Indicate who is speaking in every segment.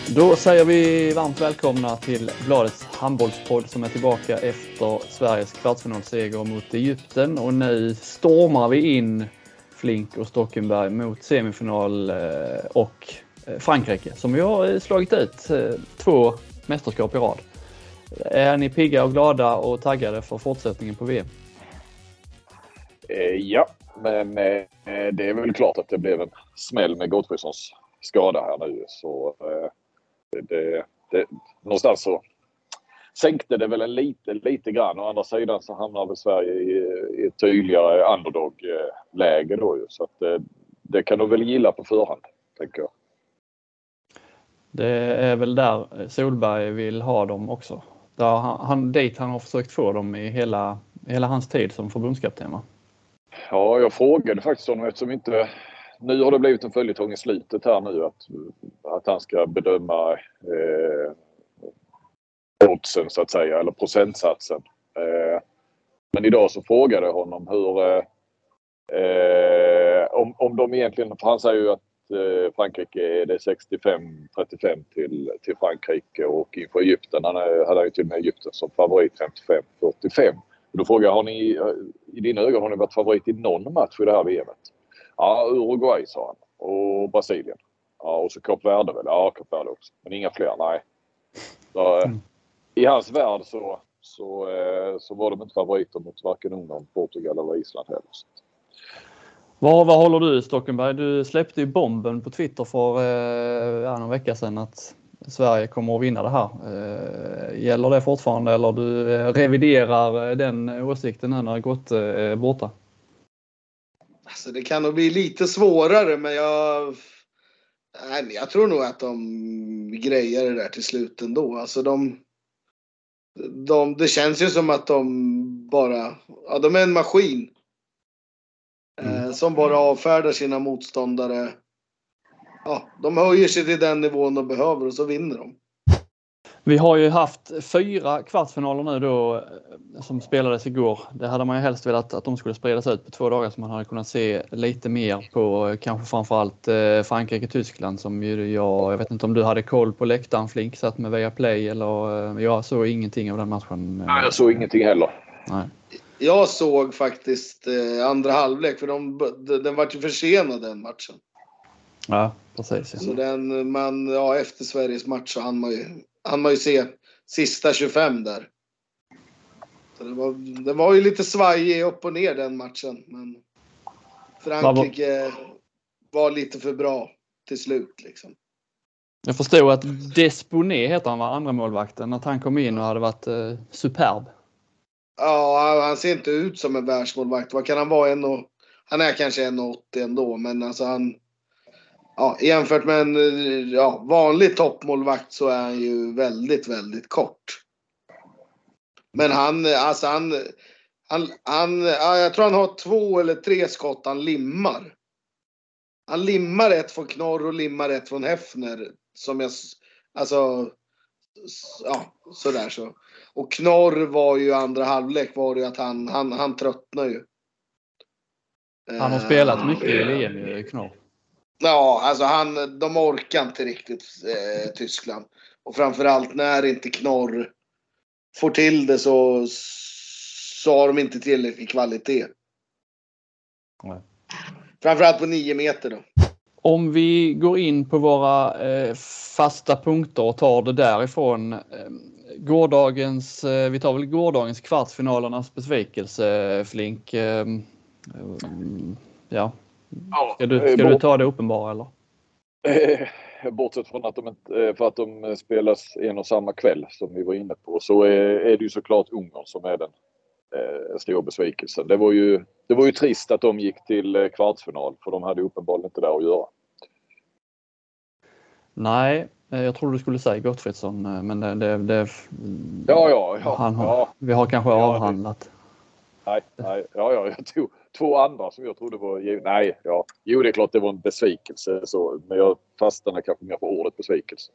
Speaker 1: Då säger vi varmt välkomna till Bladets handbollspodd som är tillbaka efter Sveriges kvartsfinalseger mot Egypten. Och nu stormar vi in Flink och Stockenberg mot semifinal och Frankrike som vi har slagit ut 2 mästerskap i rad. Är ni pigga och glada och taggade för fortsättningen på VM?
Speaker 2: Ja, men det är väl klart att det blev en smäll med Gottfridssons skada här nu. Så någonstans så sänkte det väl en lite grann. Å andra sidan så hamnar väl Sverige i ett tydligare underdog-läge då ju. Så att det kan de väl gilla på förhand, tänker jag.
Speaker 1: Det är väl där Solberg vill ha dem också. Där han har försökt få dem i hela hans tid som förbundskapten, va? Ja,
Speaker 2: jag frågade faktiskt honom eftersom inte... Nu har det blivit en följetong i slutet här nu att han ska bedöma oddsen så att säga, eller procentsatsen. Men idag så frågade jag honom hur om de egentligen, för han säger ju att Frankrike är det 65-35 till Frankrike och inför Egypten. Han hade ju till och med Egypten som favorit 55-45. Då frågar jag, har ni i dina ögon har ni varit favorit i någon match i det här VMet? Ja, Uruguay sa han. Och Brasilien. Ja, och så Kap Verde väl. Ja, Kap Verde också. Men inga fler, nej. Så, i hans värld så var de inte favoriter mot varken Ungern, Portugal eller Island heller.
Speaker 1: Vad håller du, Stockenberg? Du släppte ju bomben på Twitter för någon vecka sedan att Sverige kommer att vinna det här. Gäller det fortfarande eller du reviderar den åsikten när det gått borta?
Speaker 3: Alltså det kan nog bli lite svårare, men jag tror nog att de grejer det där till slut ändå. Alltså det känns ju som att de är en maskin som bara avfärdar sina motståndare. Ja, de höjer sig till den nivån de behöver och så vinner de.
Speaker 1: Vi har ju haft 4 kvartsfinaler nu då som spelades igår. Det hade man ju helst velat att de skulle spridas ut på 2 dagar så man hade kunnat se lite mer på kanske framförallt Frankrike-Tyskland som ju jag vet inte om du hade koll på läktaren, Flink, satt med Viaplay eller jag såg ingenting av den matchen.
Speaker 2: Nej, jag såg ingenting heller. Nej.
Speaker 3: Jag såg faktiskt andra halvlek för den var ju försenad den matchen.
Speaker 1: Ja, precis. Ja.
Speaker 3: Så efter Sveriges match så hann man ju se sista 25 där. Så det var ju lite svajig upp och ner den matchen. Men Frankrike var lite för bra till slut liksom.
Speaker 1: Jag förstod att Desponé heter han, var andra målvakten, att han kom in och hade varit superb.
Speaker 3: Ja, han ser inte ut som en världsmålvakt. Vad kan han vara? Han är kanske 1,80 ändå, men alltså jämfört med en vanlig toppmålvakt så är han ju väldigt, väldigt kort. Men jag tror han har 2 eller 3 skott han limmar. Han limmar ett från Knorr och limmar ett från Häfner. Sådär så. Och Knorr var ju andra halvlek var det att han tröttnar ju.
Speaker 1: Han har spelat mycket i VM, Knorr.
Speaker 3: Ja, alltså de orkar inte riktigt Tyskland. Och framförallt när inte Knorr får till det så har de inte tillräcklig kvalitet. Nej. Framförallt på 9 meter då.
Speaker 1: Om vi går in på våra fasta punkter och tar det därifrån. Vi tar väl gårdagens kvartsfinalernas besvikelse, Flink. Ja. Ska du ta det uppenbara eller?
Speaker 2: Bortsett från att de spelas en och samma kväll som vi var inne på, så är det ju såklart Ungern som är den stora besvikelsen. Det var ju trist att de gick till kvartsfinal, för de hade uppenbarligen inte där att göra.
Speaker 1: Nej, jag tror du skulle säga Gottfridsson, men det vi har kanske avhandlat.
Speaker 2: Nej, jag tog 2 andra som jag trodde var Jo, det är klart det var en besvikelse så, men jag fastnade kanske mer på ordet besvikelse.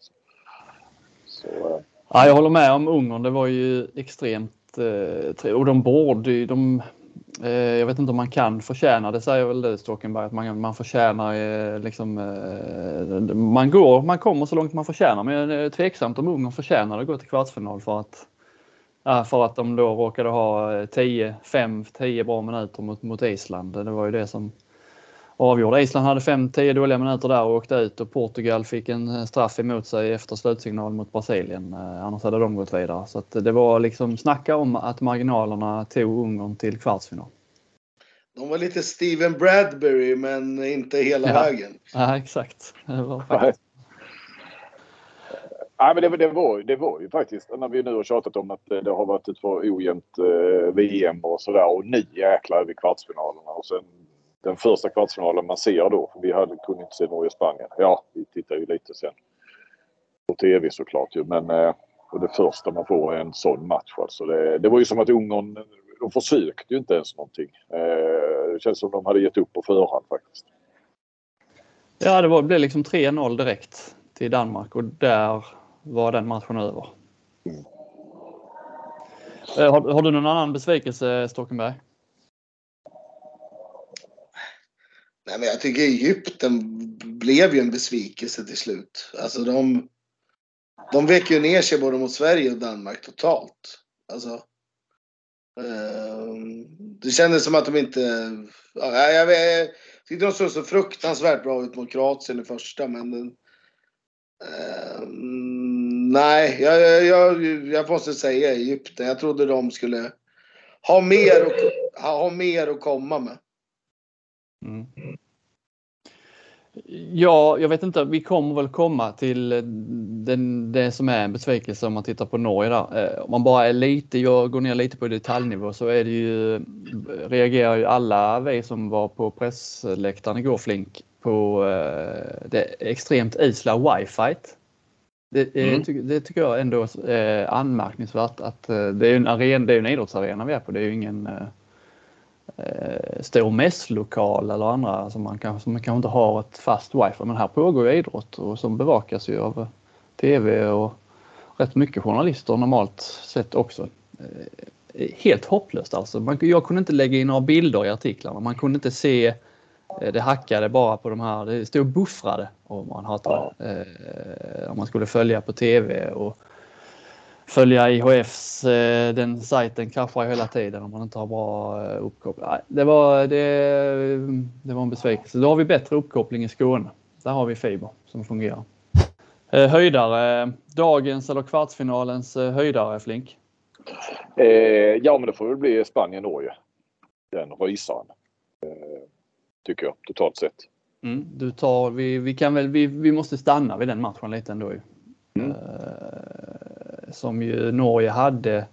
Speaker 1: Ja, jag håller med om Ungern. Det var ju extremt och jag vet inte om man kan förtjäna, det säger väl du Stockenberg, att man förtjänar liksom, man kommer så långt man förtjänar, men det är tveksamt om Ungern förtjänar att gå till kvartsfinal för att de då råkade ha 5-10 bra minuter mot Island. Det var ju det som avgjorde. Island hade 5-10 dåliga minuter där och åkte ut, och Portugal fick en straff emot sig efter slutsignal mot Brasilien. Annars hade de gått vidare. Så att det var liksom snacka om att marginalerna tog Ungern till kvartsfinal.
Speaker 3: De var lite Steven Bradbury, men inte hela vägen.
Speaker 1: Ja, exakt. Det var faktiskt.
Speaker 2: Nej, men det var ju faktiskt, när vi nu har tjatat om att det har varit ett för ojämnt VM och sådär, och ni jäklar vid kvartsfinalerna, och sen den första kvartsfinalen man ser då, för vi kunde inte se Norge-Spanien. Ja, vi tittar ju lite sen på tv såklart ju, men och det första man får är en sån match. Alltså det var ju som att Ungern, de försökte ju inte ens någonting. Det känns som de hade gett upp på förhand faktiskt.
Speaker 1: Ja, det blev liksom 3-0 direkt till Danmark, och där var den matchen över. Har du någon annan besvikelse, Stockenberg?
Speaker 3: Nej, men jag tycker Egypten blev ju en besvikelse till slut. Alltså de vek ju ner sig både mot Sverige och Danmark totalt. Alltså, det kändes som att de inte... Jag tyckte de såg så fruktansvärt bra ut mot Kroatien i första, men... nej, jag måste säga Egypten. Jag trodde de skulle ha mer att komma med.
Speaker 1: Mm. Ja, jag vet inte. Vi kommer väl komma till det som är en besvikelse om man tittar på Norge där. Om man bara går ner lite på detaljnivå, så är det ju, reagerar ju alla vi som var på pressläktaren igår, Flink, på det extremt isla wifi. Det tycker jag ändå är anmärkningsvärt, att det är en idrottsarena vi är på. Det är ju ingen stor mässlokal eller andra som man kanske inte har ett fast wifi, men här pågår ju idrott, och som bevakas ju av tv och rätt mycket journalister normalt sett också. Helt hopplöst alltså. Jag kunde inte lägga in några bilder i artiklarna, man kunde inte se, det hackade bara på de här, det stod buffrade om man skulle följa på tv, och följa IHFs, den sajten kraschar hela tiden om man inte har bra uppkoppling. Det var en besvikelse. Då har vi bättre uppkoppling i Skåne. Där har vi fiber som fungerar. Höjdare, dagens eller kvartsfinalens höjdare, Flink?
Speaker 2: Ja, men det får väl bli Spanien-Norge. Den rysaren. Tycker jag, totalt sett. Vi måste stanna vid den matchen lite ändå ju. Som ju Norge hade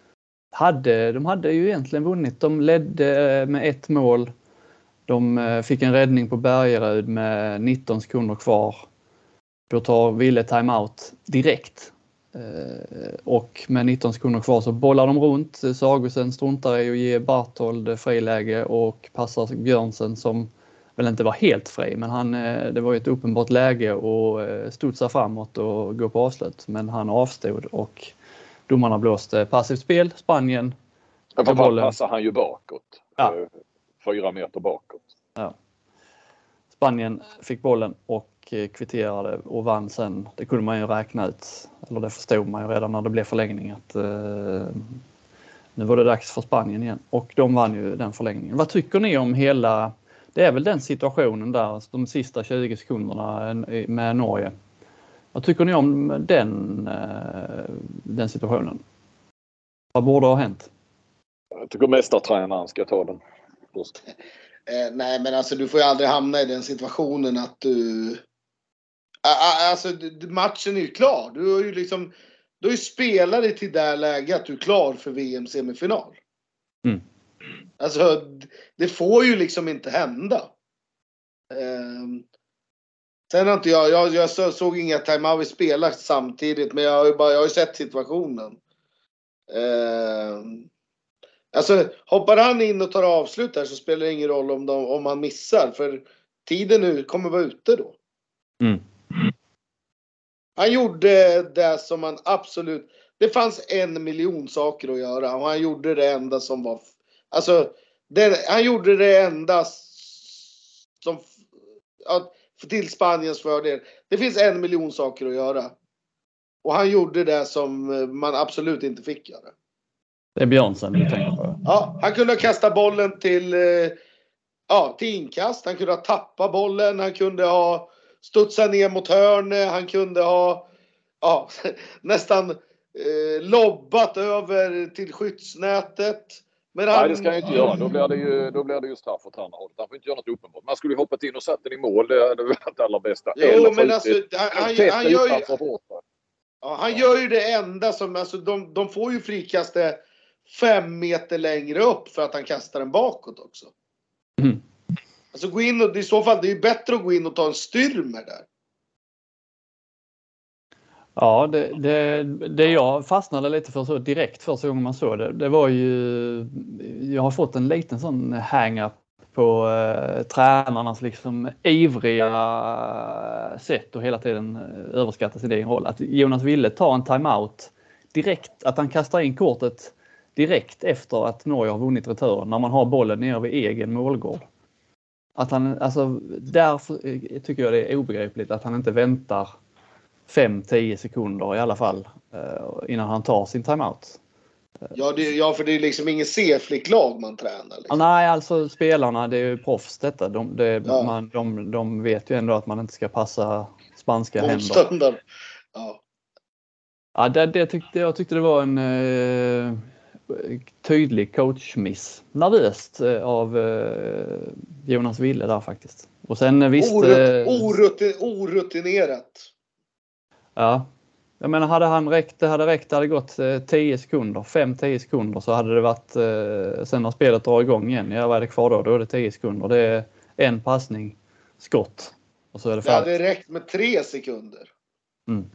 Speaker 2: ju egentligen vunnit. De ledde med 1 mål. De fick en räddning på Bergerud med 19 sekunder kvar. Då tar Ville timeout direkt. Och med 19 sekunder kvar så bollar de runt. Sagosen struntar i att ge Barthold friläge och passar Björnsen, som väl inte var helt fri, men det var ju ett uppenbart läge och studsa framåt och gå på avslut, men han avstod och domarna blåste passivt spel. Spanien för bollen passar han ju bakåt.
Speaker 1: Ja.
Speaker 2: 4 meter bakåt.
Speaker 1: Ja. Spanien fick bollen och kvitterade och vann sen. Det kunde man ju räkna ut, eller det förstod man ju redan när det blev förlängning, att nu var det dags för Spanien igen, och de vann ju den förlängningen. Vad tycker ni om hela... Det är väl den situationen där, de sista 20 sekunderna med Norge. Vad tycker ni om den situationen? Vad borde ha hänt?
Speaker 2: Jag tycker mästartränaren ska ta den först.
Speaker 3: Nej, men alltså du får ju aldrig hamna i den situationen att du... Alltså matchen är ju klar. Du har ju spelare till det läget att du är klar för VM-semifinal. Mm. Alltså, det får ju liksom inte hända. Sen har inte jag såg inga timeout spela samtidigt, men jag har ju sett situationen. Alltså, hoppar han in och tar avslut där, så spelar det ingen roll om han missar, för tiden nu kommer vara ute då. Mm. Han gjorde det som han absolut... Det fanns 1 miljon saker att göra, och han gjorde det enda som var... Alltså, Han gjorde det enda som till Spaniens fördel. Det finns 1 miljon saker att göra. Och han gjorde det som man absolut inte fick göra.
Speaker 1: Det är Björnsen du tänker på?
Speaker 3: Ja, han kunde kasta bollen till inkast. Han kunde ha tappat bollen. Han kunde ha studsat ner mot hörn. Han kunde ha nästan lobbat över till skyddsnätet. Men
Speaker 2: Nej, det ska han inte göra. Då blir det ju straff åt andra hållet. Han får inte göra något uppenbart. Man skulle ju hoppat in och satt den i mål. Det hade varit det allra bästa.
Speaker 3: Jo, men alltså han gör ju...
Speaker 2: Ja,
Speaker 3: han gör ju det enda som... Alltså, de får ju frikastet 5 meter längre upp för att han kastar den bakåt också.
Speaker 1: Mm.
Speaker 3: Alltså gå in och... I så fall, det är ju bättre att gå in och ta en styrmer där.
Speaker 1: Ja, det jag fastnade lite för så direkt första gången man såg det var ju... Jag har fått en liten sån hang-up på tränarnas liksom ivriga sätt och hela tiden överskatta sin egen roll. Att Jonas Wille tar en timeout direkt, att han kastar in kortet direkt efter att Norge har vunnit returen när man har bollen nere vid egen målgård. Att han, alltså, därför tycker jag det är obegripligt att han inte väntar 5-10 sekunder i alla fall innan han tar sin timeout.
Speaker 3: Ja, för det är liksom ingen C-flicklag man tränar. Liksom.
Speaker 1: Nej, alltså spelarna, det är ju proffs detta. De vet ju ändå att man inte ska passa spanska händer.
Speaker 3: Ja.
Speaker 1: Ja, jag tyckte det var en tydlig coachmiss. Nervöst av Jonas Wille där faktiskt. Och sen visst...
Speaker 3: Orutinerat.
Speaker 1: Ja. Jag menar, hade det gått 10 sekunder, 5-10 sekunder så hade det varit, sen när spelet drar igång igen, vad är det kvar då? Då är det 10 sekunder. Det är en passning, skott och så är det färdigt.
Speaker 3: Det hade räckt med 3 sekunder.
Speaker 1: Mm.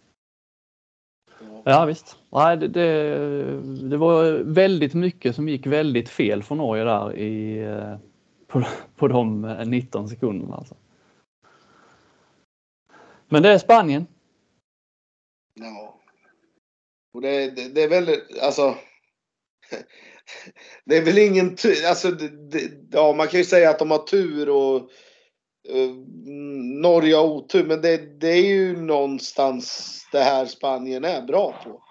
Speaker 1: Ja visst. Nej, det var väldigt mycket som gick väldigt fel för Norge där på de 19 sekunderna. Alltså. Men det är Spanien.
Speaker 3: Ja. Och det är väl alltså det är väl ingen tur, alltså man kan ju säga att de har tur och Norge har otur, men det är ju någonstans det här Spanien är bra på.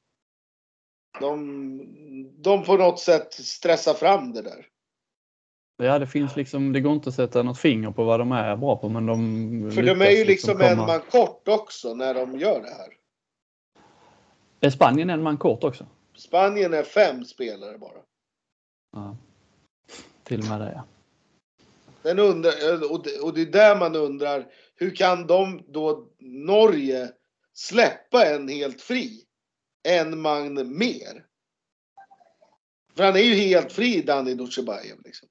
Speaker 3: De på något sätt stressar fram det där.
Speaker 1: Ja, det finns liksom, det går inte att sätta något finger på vad de är bra på, men
Speaker 3: för de är ju liksom en man kort också när de gör det här.
Speaker 1: Är Spanien en man kort också?
Speaker 3: Spanien är 5 spelare bara.
Speaker 1: Ja. Till och med det, ja.
Speaker 3: Och det är där man undrar, hur kan de då, Norge, släppa en helt fri? En man mer? För han är ju helt fri, Dani Dutjebajev liksom.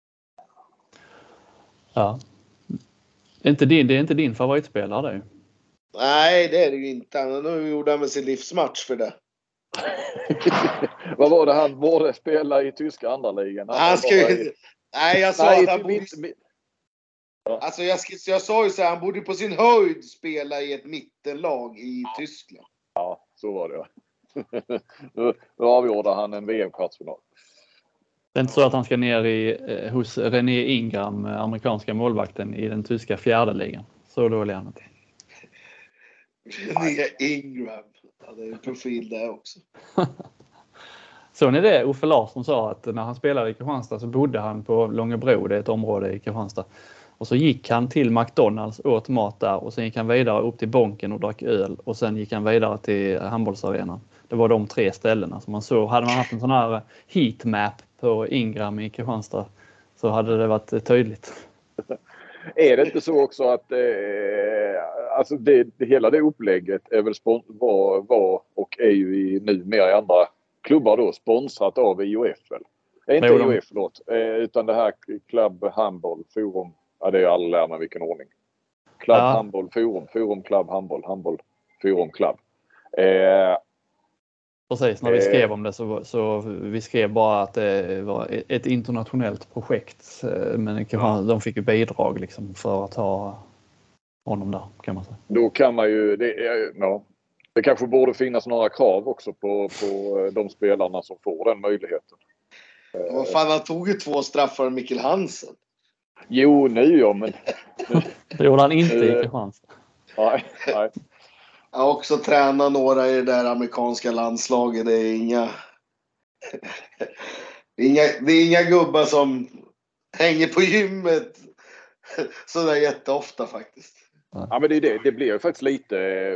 Speaker 1: Ja. Det är inte din favoritspelare det.
Speaker 3: Nej, det är det ju inte. Nu gjorde han med sin livsmatch för det.
Speaker 2: Vad var det han borde spela i tyska andra ligan?
Speaker 3: Han ska ju... Nej, jag sa att han borde... Alltså jag sa ju så här, han borde på sin höjd spela i ett mittenlag i Tyskland.
Speaker 2: Ja, så var det. Nu avgjorde han en VM-kvartsfinal.
Speaker 1: Det är inte så att han ska ner hos René Ingram, amerikanska målvakten i den tyska 4:e ligan. Så dålig är han inte.
Speaker 3: René Ingram. Ja, det är en profil där också.
Speaker 1: Så ni det? Uffe Larsson sa att när han spelade i Kristianstad så bodde han på Långebro, det är ett område i Kristianstad. Och så gick han till McDonalds, åt mat där och sen gick han vidare upp till Bonken och drack öl och sen gick han vidare till handbollsarenan. Det var de 3 ställena som man såg. Hade man haft en sån här heatmap på Ingram i Kristianstad så hade det varit tydligt.
Speaker 2: Är det inte så också att alltså hela det upplägget är väl var och är ju numera i andra klubbar då sponsrat av IOF väl? Inte IOF utan det här Club Handboll Forum. Ja, det är ju alla lär med vilken ordning. Club Handboll Forum Club Handboll Forum Club.
Speaker 1: Precis, när vi skrev om det så vi skrev bara att det var ett internationellt projekt. Men de fick ju bidrag liksom för att ha honom där, kan man säga. Då
Speaker 2: kan man ju... Det kanske borde finnas några krav också på de spelarna som får den möjligheten.
Speaker 3: Vad fan, han tog ju 2 straffar av Mikkel Hansen.
Speaker 2: Jo, nu ja, men...
Speaker 1: Det gjorde han inte i Kristianstad.
Speaker 2: Nej.
Speaker 3: Jag har också tränat några i det där amerikanska landslaget. Det är inga... det är inga gubbar som hänger på gymmet sådär jätteofta faktiskt.
Speaker 2: Ja, men det blir ju faktiskt lite...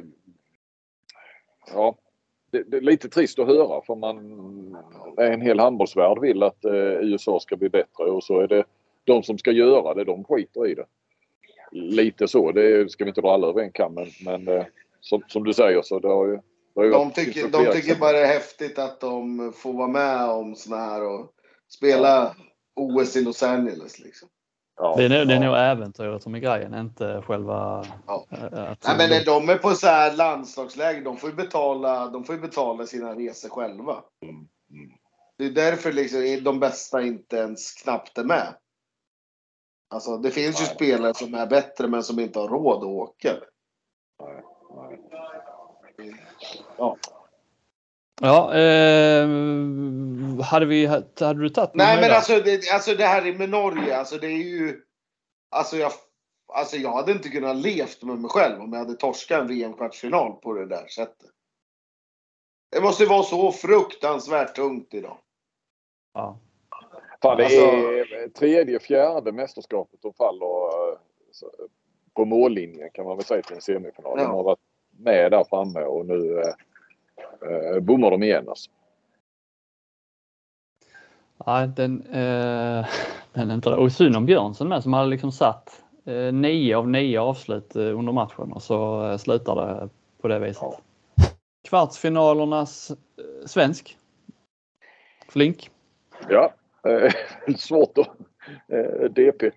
Speaker 2: Ja, det är lite trist att höra, för en hel handbollsvärld vill att USA ska bli bättre, och så är det de som ska göra det, de skiter i det. Lite så, det ska vi inte dra alla över en kam, men som du säger så det har ju
Speaker 3: de tycker bara det är häftigt att de får vara med om såna här och spela OS i Los Angeles liksom.
Speaker 1: Ja, det är nog äventyret som är grejen, inte själva...
Speaker 3: Ja. Nej, men när de är på så här landslagsläger, de får ju betala sina resor själva. Det är därför liksom de bästa inte ens knappt är med. Alltså det finns ju spelare som är bättre men som inte har råd att åka.
Speaker 1: Ja, hade du tagit...
Speaker 3: Nej, men alltså det här med Norge, alltså det är ju... Alltså jag hade inte kunnat levt med mig själv om jag hade torskat en VM-kvartsfinal på det där sättet. Det måste vara så fruktansvärt tungt idag.
Speaker 1: Ja.
Speaker 2: Fan, det är 3:e, 4:e mästerskapet de faller på mållinjen, kan man väl säga, till en semifinal. De har varit med där framme och nu bommar de igen alltså.
Speaker 1: Ja, den är inte det. Och synd om Björnsson med, som hade liksom satt 9 av 9 avslut under matchen, och så slutar det på det viset. Ja. Kvartsfinalernas svensk. Flink.
Speaker 2: Ja, svårt att DP.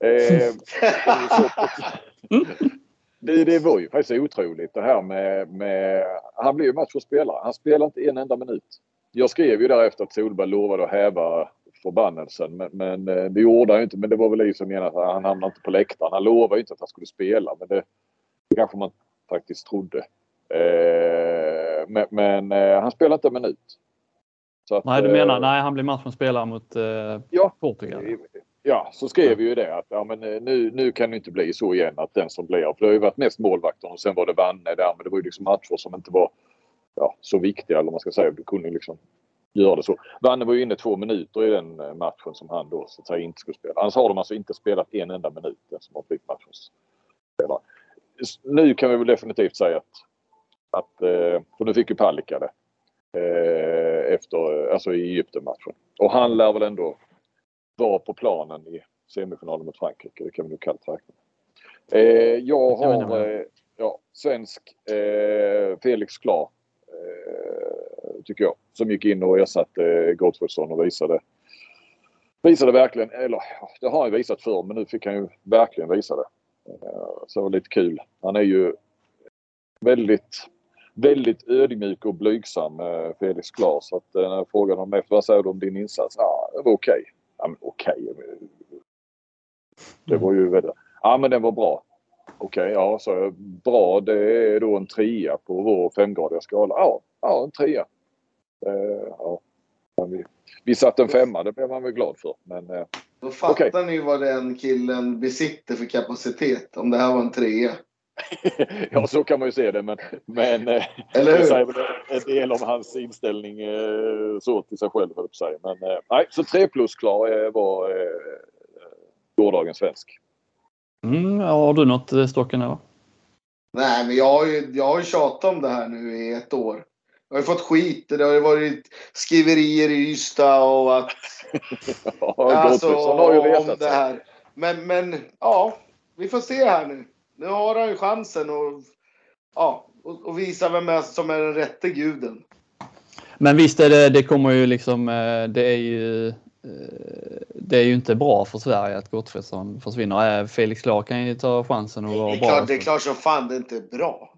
Speaker 2: Det var ju faktiskt otroligt det här med han blev ju matchspelare. Han spelade inte en enda minut. Jag skrev ju därefter att Solberg lovade att häva förbannelsen, men det gjorde han ju inte. Men det var väl liksom att han hamnade inte på läktaren. Han lovade ju inte att han skulle spela, men det kanske man faktiskt trodde. Men han spelade inte en minut. Så att,
Speaker 1: nej, du menar, nej, han blir matchens spelare mot Portugal.
Speaker 2: Ja, så skrev vi ju det att nu kan det inte bli så igen att den som blir, för det har ju varit mest målvakter och sen var det Vanne där, men det var ju liksom matcher som inte var så viktiga, eller man ska säga, du kunde liksom göra det så. Vanne var ju inne 2 minuter i den matchen som han då så att säga inte skulle spela. Annars har de alltså inte spelat en enda minut, den som har blivit matchens spelare. Nu kan vi väl definitivt säga att för nu fick ju Palicka det efter, alltså i Egypten-matchen. Och han lär väl ändå vara på planen i semifinalen mot Frankrike. Det kan vi nog kallt räkna. Jag har svensk Felix Klar tycker jag, som gick in och ersatte Gottfridsson och visade verkligen, eller det har han visat förr, men nu fick han ju verkligen visa det. Så det var lite kul. Han är ju väldigt väldigt ödmjuk och blygsam, Felix Klar. Så att när jag frågade honom efter, vad säger du om din insats? Ja, det var okej. Ja, men okej. Det var ju väldigt... Ja, men den var bra. Okej, ja, så bra. Det är då en 3 på vår 5-gradiga skala. Ja, en 3. Ja. Vi satt en 5, det blev man väl glad för. Men,
Speaker 3: då fattar ni vad den killen besitter för kapacitet, om det här var en 3.
Speaker 2: Ja, så kan man ju se det, men
Speaker 3: eller hur?
Speaker 2: Säger en del om hans inställning så till sig själv, höll jag på. Men nej, så 3+ Klar var gårdagens svensk.
Speaker 1: Har du något stocken då?
Speaker 3: Nej, men jag har ju tjatat om det här nu i 1 år. Jag har ju fått skit. Det har ju varit skriverier i Ystad och att...
Speaker 2: alltså, har ju
Speaker 3: om det här. Men ja, vi får se här nu. Nu har han ju chansen och visa vem som är den rätte guden.
Speaker 1: Men visst är det kommer ju liksom, det är ju inte bra för Sverige att Gottfridsson försvinner. Felix Klar kan ju ta chansen och vara bra.
Speaker 3: Det är klart som fan det inte är bra.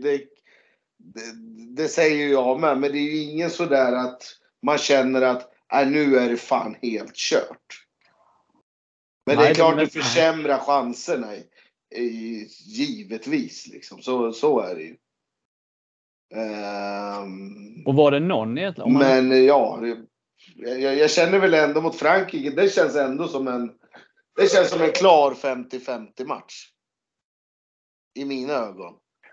Speaker 3: Det säger jag med, men det är ju ingen sådär att man känner att nu är det fan helt kört. Men det är klart det försämrar chanserna givetvis liksom. Så är det ju.
Speaker 1: Och var det någon egentligen?
Speaker 3: Men ja, jag känner väl ändå mot Frankrike, det känns ändå som en klar 50-50 match. I mina ögon.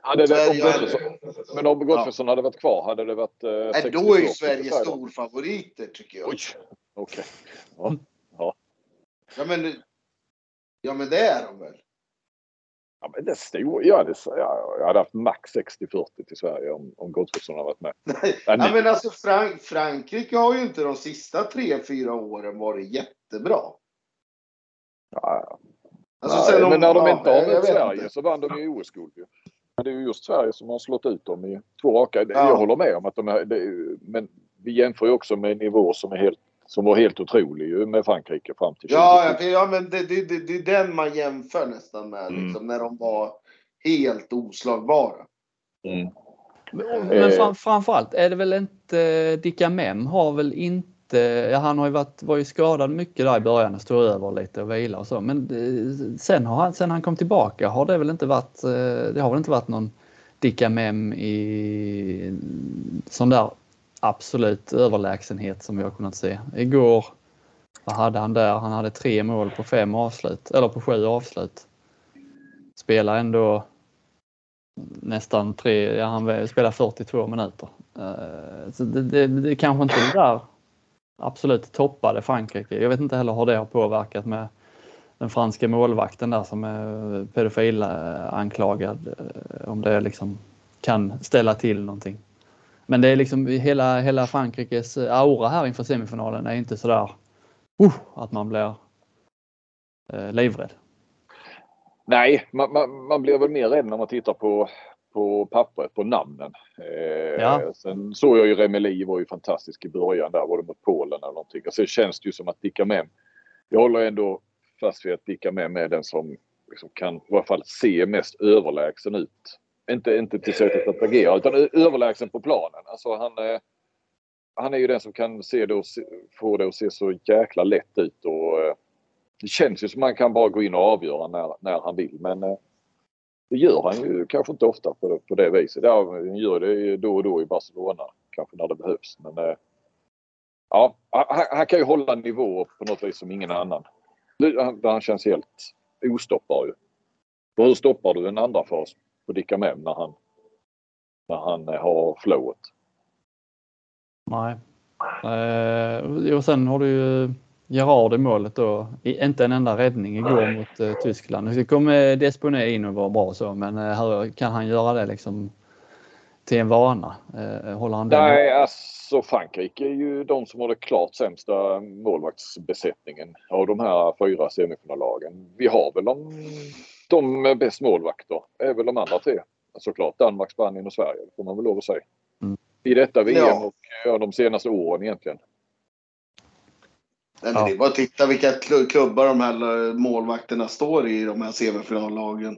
Speaker 2: Men om Gottfridsson hade varit kvar, hade det varit 60-40?
Speaker 3: Då är ju Sverige storfavoriter, tycker jag.
Speaker 2: Oj, okej. Ja.
Speaker 3: Ja, men det är de väl.
Speaker 2: Ja, men det är stor. Jag hade haft max 60-40 till Sverige om Gottfridsson hade varit med.
Speaker 3: Men alltså Frankrike har ju inte de sista 3-4 åren varit jättebra.
Speaker 2: Ja.
Speaker 3: Alltså,
Speaker 2: men när de inte har mött Sverige så vann de ju OS-guld. Men det är ju just Sverige som har slått ut dem i 2 raka. Jag håller med om att men vi jämför ju också med en nivå som var helt otrolig med Frankrike fram till 20.
Speaker 3: Ja, men det är den man jämför nästan med. Liksom, när de var helt oslagbara.
Speaker 1: Mm. Men framförallt är det väl inte Dika Mem har väl inte, han har ju var ju skadad mycket där i början och stod över lite och vila och så, men sen han kom tillbaka har det väl inte varit någon Dika Mem i sån där absolut överlägsenhet som vi har kunnat se. Igår, vad hade han där? Han hade 3 mål på 5 avslut, eller på 7 avslut. Spelar ändå nästan 3, han spelar 42 minuter. Så det kanske inte det där absolut toppade Frankrike. Jag vet inte heller hur det har påverkat med den franska målvakten där som är pedofil anklagad. Om det liksom kan ställa till någonting. Men det är liksom hela Frankrikes aura här inför semifinalen är inte sådär att man blir livrädd.
Speaker 2: Nej, man blir väl mer rädd när man tittar på pappret, på namnen. Sen såg jag ju Remeli var ju fantastisk i början där, var det mot Polen eller någonting. Och sen känns det ju som att Dika Mem, jag håller ändå fast vid att Dika Mem är den som liksom kan i alla fall se mest överlägsen ut. Inte till sättet att agera, utan överlägsen på planen. Alltså han är ju den som kan se det och få det att se så jäkla lätt ut. Och det känns ju som man kan bara gå in och avgöra när han vill. Men det gör han ju kanske inte ofta på det viset. Ja, han gör det då och då i Barcelona. Kanske när det behövs. Men han kan ju hålla nivå på något vis som ingen annan. Han känns helt ostoppbar ju. Och hur stoppar du en andra fas på Dika Mem när han har flowet?
Speaker 1: Nej. Och sen har du ju Gerard i målet då. Inte en enda räddning igår mot Tyskland. Så kom Desponé in och var bra så. Men hur kan han göra det liksom till en vana? Håller han den?
Speaker 2: Nej, alltså Frankrike är ju de som har det klart sämsta målvaktsbesättningen av de här 4 semifinallagen. Vi har väl de bäst målvakter. Är väl de andra 3. Såklart Danmark, Spanien och Sverige. Det får man väl lov att säga. I detta VM och de senaste åren egentligen.
Speaker 3: Nej, men det är bara att titta vilka klubbar de här målvakterna står i de här semifinallagen.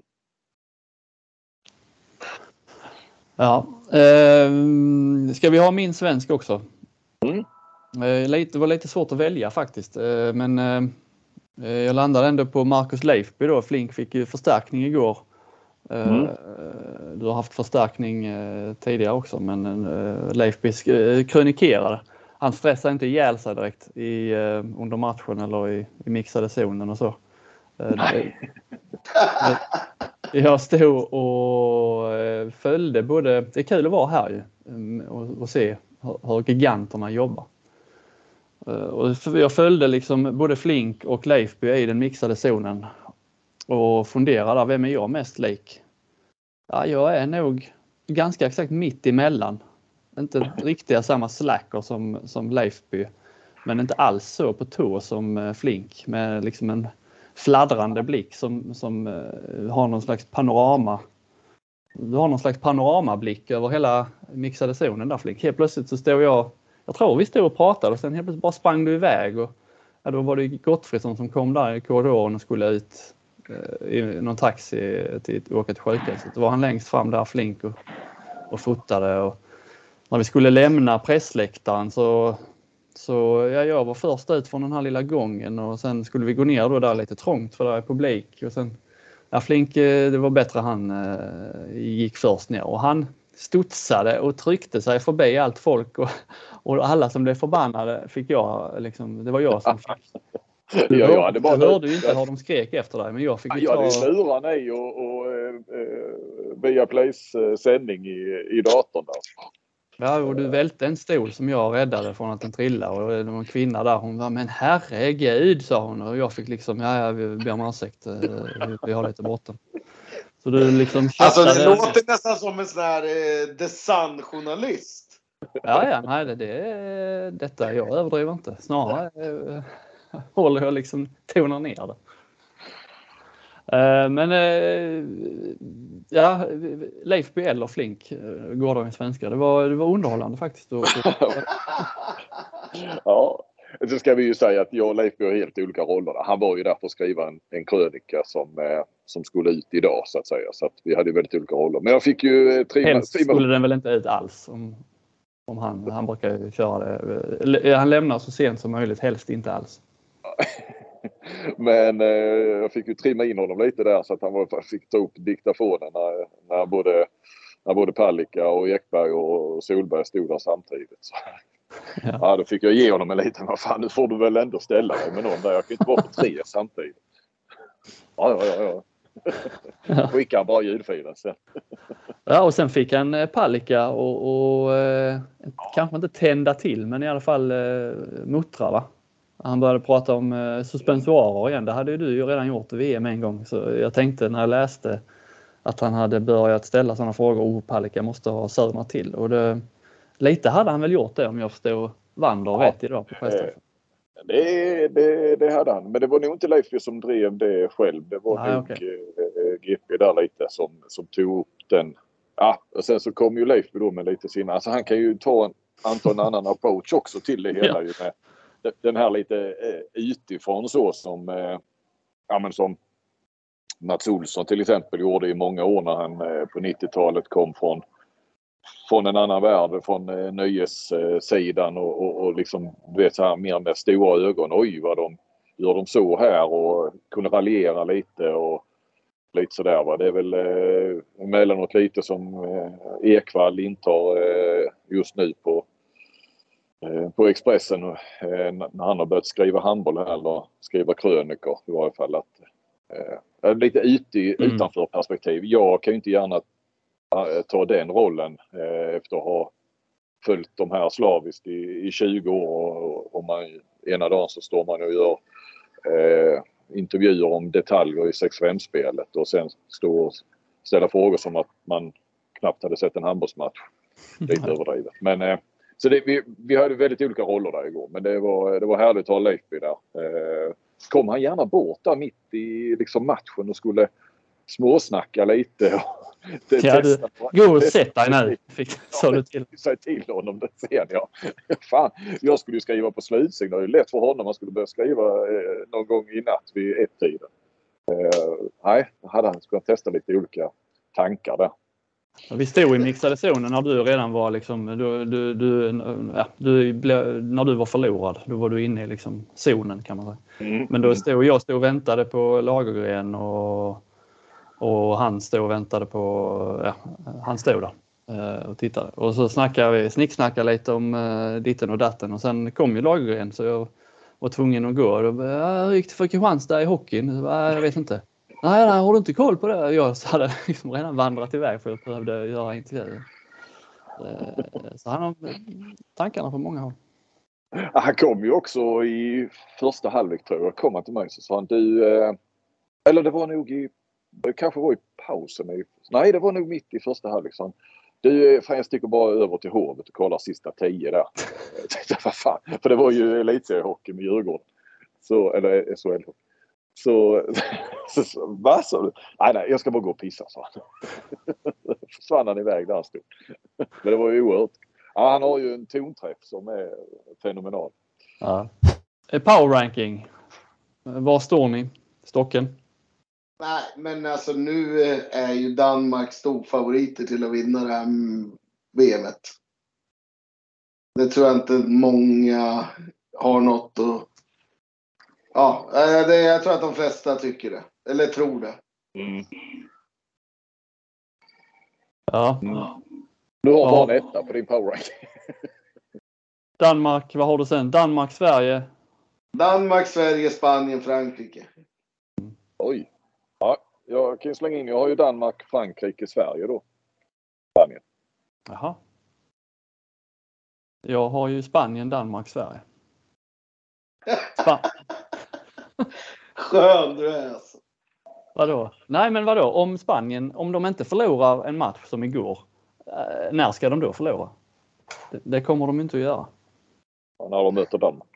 Speaker 1: Ja. Ska vi ha min svensk också? Det var lite svårt att välja faktiskt. Men jag landade ändå på Marcus Leifby då. Flink fick ju förstärkning igår. Du har haft förstärkning tidigare också, men Leifby krönikerade. Han stressade inte ihjäl sig direkt under matchen eller i mixade zonen och så. Jag stod och följde både, det är kul att vara här ju och se hur giganterna jobbar. Och jag följde liksom både Flink och Leifby i den mixade zonen och funderade, vem är jag mest lik? Ja, jag är nog ganska exakt mitt emellan. Inte riktigt samma slacker som Leifby, men inte alls så på tå som Flink med liksom en fladdrande blick som har någon slags panorama. Du har någon slags panoramablick över hela mixade zonen där, Flink. Helt plötsligt så stod jag tror vi stod och pratade och sen helt plötsligt bara sprang du iväg och då var det Gottfridsson som kom där i korridoren och skulle ut i någon taxi till att åka till sjukhuset. Då var han längst fram där, Flink, och fotade. Och när vi skulle lämna pressläktaren så jag var först ut från den här lilla gången och sen skulle vi gå ner då där lite trångt för där är publik. Och sen Flink, det var bättre han gick först ner och han studsade och tryckte sig förbi allt folk och alla som blev förbannade fick jag liksom, det var jag som fick. Du hörde ju inte hur de skrek efter dig, men jag fick ju ta...
Speaker 2: Ja, det lurar ni och via Plays sändning i datorn där.
Speaker 1: Ja, och du välte en stol som jag räddade från att den trillade och det var en kvinna där, hon var men herregud, sa hon, och jag fick liksom, vi ber om ursäkt, vi har lite bortom. Så du liksom
Speaker 3: alltså det låter nästan som en sån här The Sun-journalist.
Speaker 1: Ja, nej, detta, jag överdriver inte. Snarare håller jag liksom, tonar ner det. Men ja, Leif BL och Flink, gårdagens svenska, det var underhållande faktiskt.
Speaker 2: Ja, så ska vi ju säga att jag och Leif har helt olika roller. Han var ju där för att skriva en krönika som skulle ut idag så att säga. Så att vi hade ju väldigt olika roller. Men jag fick ju
Speaker 1: helst skulle den väl inte ut alls om han brukar ju köra det. Han lämnar så sent som möjligt, helst inte alls.
Speaker 2: Men jag fick ju trimma in honom lite där så att han fick ta upp diktafonen när både Palicka och Ekberg och Solberg stod där samtidigt. Så. Ja, då fick jag ge honom en liten, vad fan, nu får du väl ändå ställa dig med någon där. Jag kan inte vara på 3 samtidigt. Ja. Skicka bara ljudfilen sen.
Speaker 1: Ja, och sen fick han Palicka och kanske inte tända till, men i alla fall muttra, va? Han började prata om suspensoarer igen. Det hade ju du ju redan gjort i VM en gång. Så jag tänkte när jag läste att han hade börjat ställa sådana frågor. Palicka måste ha sörnat till. Och lite hade han väl gjort det, om jag förstår Wander rätt idag på pressträffen.
Speaker 2: Det hade han. Men det var nog inte Leif som drev det själv. Det var nog GP där lite som tog upp den. Ja, och sen så kom ju Leif då med lite sina. Alltså han kan ju ta en annan approach också till det hela ju med. Den här lite utifrån så som Mats Olsson till exempel gjorde i många år när han på 90-talet kom från en annan värld, från nöjessidan och liksom, du vet, så här mer med stora ögon. Oj, vad gör de så här, och kunde raljera lite och lite sådär, va. Det är väl emellanåt lite som Ekvall intar just nu på Expressen när han har börjat skriva handboll eller skriva krönikor i varje fall, att lite utanför perspektiv. Jag kan ju inte gärna ta den rollen efter att ha följt de här slaviskt i 20 år, och man ena dagen så står man och gör intervjuer om detaljer i 6-5-spelet och sen står och ställer frågor som att man knappt hade sett en handbollsmatch. Lite överdrivet. Men så vi hade väldigt olika roller där igår, men det var härligt att ha Leifby där. Kom han gärna bort där mitt i liksom matchen och skulle småsnacka lite.
Speaker 1: Gå och sätt dig nu, sa du till.
Speaker 2: Säg till honom det sen, ja. Fan, jag skulle ju skriva på slutsignal. Det är lätt för honom, man skulle börja skriva någon gång i natt vid 1-tiden. Nej, hade han skulle testa lite olika tankar där.
Speaker 1: Vi stod i mixade zonen när du redan var liksom, när du var förlorad, då var du inne i liksom zonen, kan man säga. Men då stod jag och väntade på Lagergren och han stod och väntade på, han stod där och tittade. Och så snicksnackade lite om ditten och datten, och sen kom ju Lagergren så jag var tvungen att gå. Hur gick det för Kristianstad i hockeyn? Jag vet inte. Nej, har du inte koll på det? Jag hade liksom redan vandrat iväg för jag behövde göra intervjuer. Så han har tankarna på många håll.
Speaker 2: Han kom ju också i första halvlek, tror jag. Kom han till mig så sa han, eller det var nog det kanske var i pausen. Nej, det var nog mitt i första halvlek. Så han, jag sticker bara över till Hovet och kollar sista 10 där. Jag tänkte, vad fan? För det var ju elitseriehockey med Djurgården. Eller SHL. Så vad sa du? Nej, jag ska bara gå och pissa, sa han. Försvann han iväg där han stod. Men det var ju oerhört. Ja, han har ju en tonträff som är fenomenal.
Speaker 1: Ja. Power ranking. Var står ni? Stocken?
Speaker 3: Nej, men alltså nu är ju Danmark storfavoriter till att vinna det här VMet. Det tror jag inte många har något att... Ja, jag tror att de flesta tycker det. Eller tror det.
Speaker 1: Ja.
Speaker 2: Du har bara en etta på din powerranking.
Speaker 1: Danmark, vad har du sen? Danmark, Sverige.
Speaker 3: Danmark, Sverige, Spanien, Frankrike.
Speaker 2: Oj. Ja, jag kan slänga in. Jag har ju Danmark, Frankrike, Sverige då. Spanien.
Speaker 1: Jaha. Jag har ju Spanien, Danmark, Sverige.
Speaker 3: Skön du är alltså.
Speaker 1: Vadå? Nej, men vadå? Om Spanien, om de inte förlorar en match som igår, när ska de då förlora? Det kommer de inte att göra.
Speaker 2: Ja, när de möter Danmark.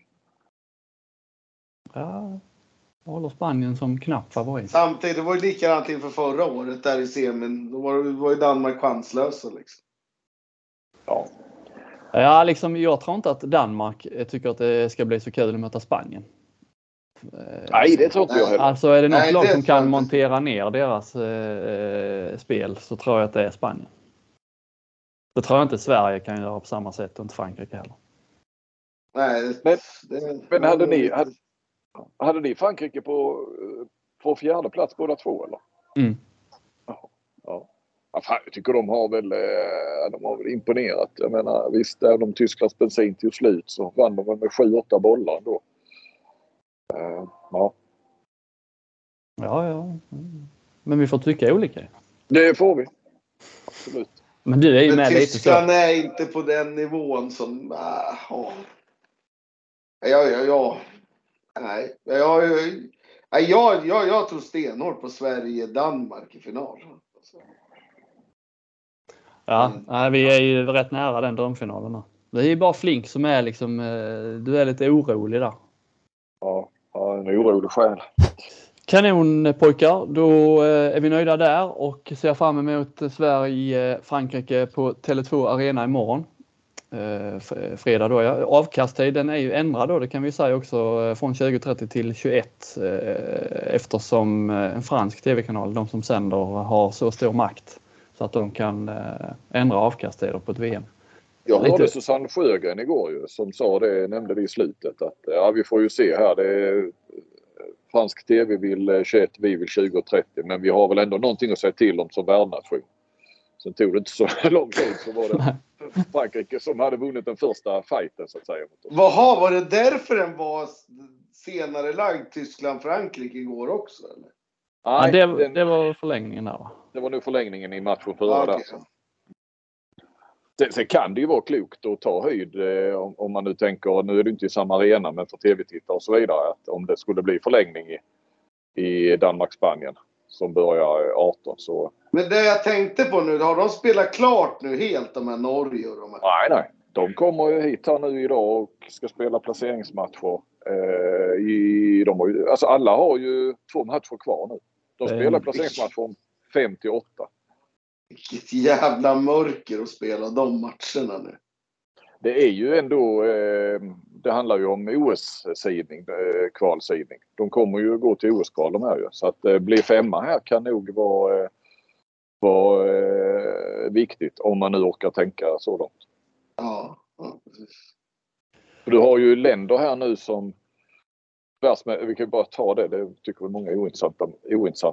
Speaker 1: Ja, jag håller Spanien som knapp favorit.
Speaker 3: Samtidigt var det likadant inför förra året där i semin. Då var ju Danmark chanslösa liksom.
Speaker 2: Ja.
Speaker 1: Ja, liksom, jag tror inte att Danmark tycker att det ska bli så kul att möta Spanien.
Speaker 2: Nej, det tror inte jag heller.
Speaker 1: Alltså är det något lag
Speaker 3: det
Speaker 1: som
Speaker 3: tror jag
Speaker 1: kan
Speaker 3: inte.
Speaker 1: montera ner deras spel så tror jag att det är Spanien. Det tror jag inte Sverige kan göra på samma sätt och inte Frankrike heller.
Speaker 3: Nej,
Speaker 2: Men hade ni Frankrike på fjärde plats båda två eller?
Speaker 1: Mm.
Speaker 2: Ja. Ja, fan, jag tycker de har väl imponerat. Jag menar, visst är de Tysklands bensin till slut så vann de väl med 7-8 bollar då. Ja.
Speaker 1: Ja. Men vi får tycka olika.
Speaker 2: Det får vi. Absolut.
Speaker 1: Men du är ju med lite så.
Speaker 3: Tyskland är inte på den nivån som... Nej. Jag tror stenhårt på Sverige-Danmark i final.
Speaker 1: Ja, vi är ju rätt nära den drömfinalen. Det är ju bara Flink som är liksom... Du är lite orolig där.
Speaker 2: Ja, en orolig själ.
Speaker 1: Kanon pojkar, då är vi nöjda där och ser fram emot Sverige-Frankrike på Tele2 Arena imorgon. Fredag då. Ja. Avkasttiden är ju ändrad då, det kan vi säga också, från 20:30 till 21 eftersom en fransk tv-kanal, de som sänder, har så stor makt så att de kan ändra avkasttider på ett VM.
Speaker 2: Jag hörde Susanne Sjögren igår ju, som sa det, nämnde det i slutet, att ja, vi får ju se här, det är fransk tv vill 21, vi vill 20:30, men vi har väl ändå någonting att säga till om som värdnation. Sen tog det inte så lång tid, så var det Frankrike som hade vunnit den första fighten så att säga.
Speaker 3: Var det därför den var senare lagd Tyskland-Frankrike igår också? Eller?
Speaker 2: Nej,
Speaker 1: det var förlängningen där, va?
Speaker 2: Det var nu förlängningen i matchen före där. Sen kan det ju vara klokt att ta höjd om man nu tänker, nu är det inte i samma arena men för tv-tittare och så vidare, att om det skulle bli förlängning i Danmark-Spanien som börjar 18 så... Men
Speaker 3: det jag tänkte på nu, har de spelat klart nu helt de här Norge och de här?
Speaker 2: Nej. De kommer ju hit här nu idag och ska spela placeringsmatcher. Alltså alla har ju 2 matcher kvar nu. De spelar placeringsmatcher om 5-8.
Speaker 3: Vilket jävla mörker att spela de matcherna nu.
Speaker 2: Det är ju ändå, det handlar ju om OS-sidning, kvalsidning. De kommer ju gå till OS-kval de här ju. Så att bli 5 här kan nog vara viktigt om man nu orkar tänka så långt.
Speaker 3: Ja, precis.
Speaker 2: Du har ju länder här nu som vi kan ju bara ta det tycker väl många är ointressant.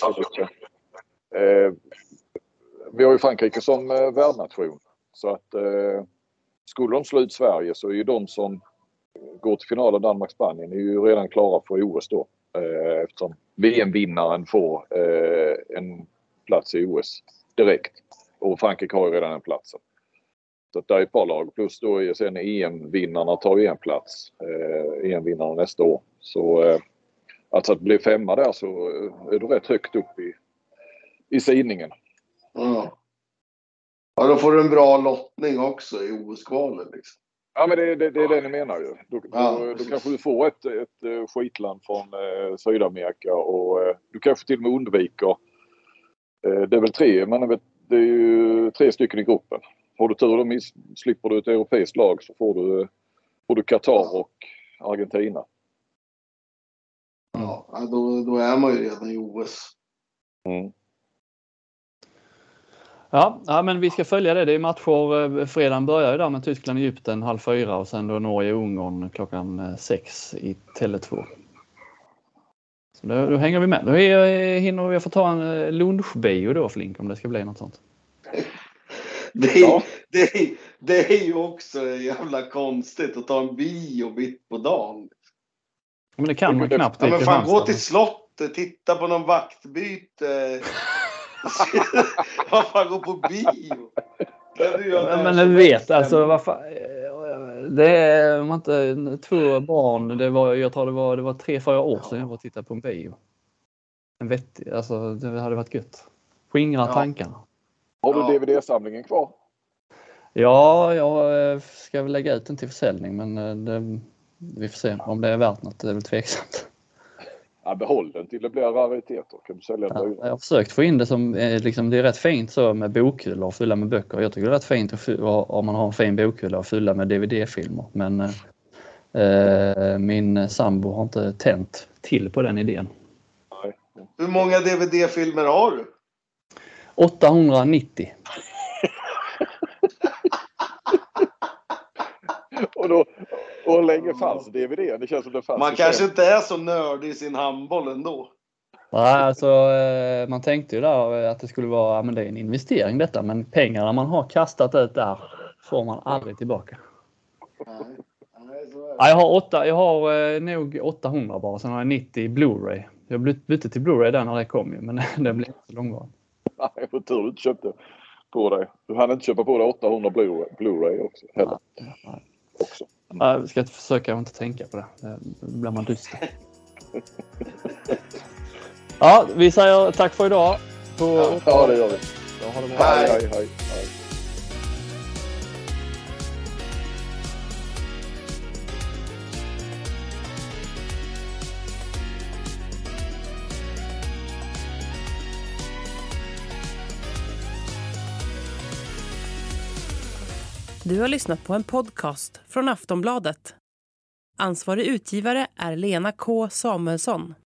Speaker 2: Vi har ju Frankrike som värdnation. Så att skulle de slå ut Sverige så är ju de som går till finalen Danmark-Spanien är ju redan klara för OS då. Eftersom VM-vinnaren får en plats i OS direkt. Och Frankrike har ju redan en plats. Så att det är ett par lag. Plus då är sen EM-vinnarna tar ju en plats. EM-vinnarna nästa år. Så alltså att bli 5 där så är du rätt högt upp i sidningen.
Speaker 3: Ja, då får du en bra lottning också i OS-kvalet liksom.
Speaker 2: Ja, men det är det ni menar ju. Då kanske du får ett skitland från Sydamerika och du kanske till och med undviker. Det är väl 3, men det är ju 3 stycken i gruppen. Har du tur då slipper du ett europeiskt lag så får du Qatar och Argentina.
Speaker 3: Ja, då är man ju redan i OS.
Speaker 2: Mm.
Speaker 1: Ja, men vi ska följa det. Det är matcher. Fredagen börjar ju där med Tyskland, Egypten 3:30 och sen då Norge, Ungern 6:00 i Tele2. Så då hänger vi med. Då hinner vi få ta en lunchbio då, Flink, om det ska bli något sånt.
Speaker 3: Det är ju också jävla konstigt att ta en bio mitt på dagen.
Speaker 1: Men det kan man knappt.
Speaker 3: Ja, men fan, gå till slottet, titta på någon vaktbyte. Vad fan, gå på bio.
Speaker 1: Men du vet, alltså vad fan, det är om inte 2 barn, jag tror det var 3-4 år sedan jag var och tittade på en bio. En vettig, alltså det hade varit gött. Skingra tankarna.
Speaker 2: Har du DVD-samlingen kvar?
Speaker 1: Ja, jag ska väl lägga ut den till försäljning, men vi får se om det är värt något. Det är väl tveksamt.
Speaker 2: Ja, behåll den till det blir rariteter. Kan du sälja den?
Speaker 1: Jag har försökt få in det som liksom, det är rätt fint så med bokhyllor och fylla med böcker. Jag tycker det är rätt fint om man har en fin bokhylla och fylla med DVD-filmer. Men min sambo har inte tänt till på den idén.
Speaker 2: Nej.
Speaker 3: Hur många DVD-filmer har du?
Speaker 1: 890.
Speaker 2: Och hur länge fanns DVD? Det känns som det fanns.
Speaker 3: Man kanske inte är så nördig i sin handboll ändå.
Speaker 1: Nej, alltså man tänkte ju där att det skulle vara, men det är en investering detta, men pengarna man har kastat ut där får man aldrig tillbaka.
Speaker 3: Nej, så är det.
Speaker 1: Ja, jag har nog 800 bara, sen har jag 90 Blu-ray. Jag bytte till Blu-ray där när det kom ju, men det blev inte långvarigt.
Speaker 2: Nej, vad tur du inte köpte på dig. Du hann inte köpa på dig 800 Blu-ray också heller.
Speaker 1: Nej.
Speaker 2: Också.
Speaker 1: Jag ska försöka inte tänka på det. Då blir man dyster. Ja, vi säger tack för idag.
Speaker 2: Ja, det gör vi.
Speaker 1: Ha det bra.
Speaker 2: Hej.
Speaker 4: Du har lyssnat på en podcast från Aftonbladet. Ansvarig utgivare är Lena K. Samuelsson.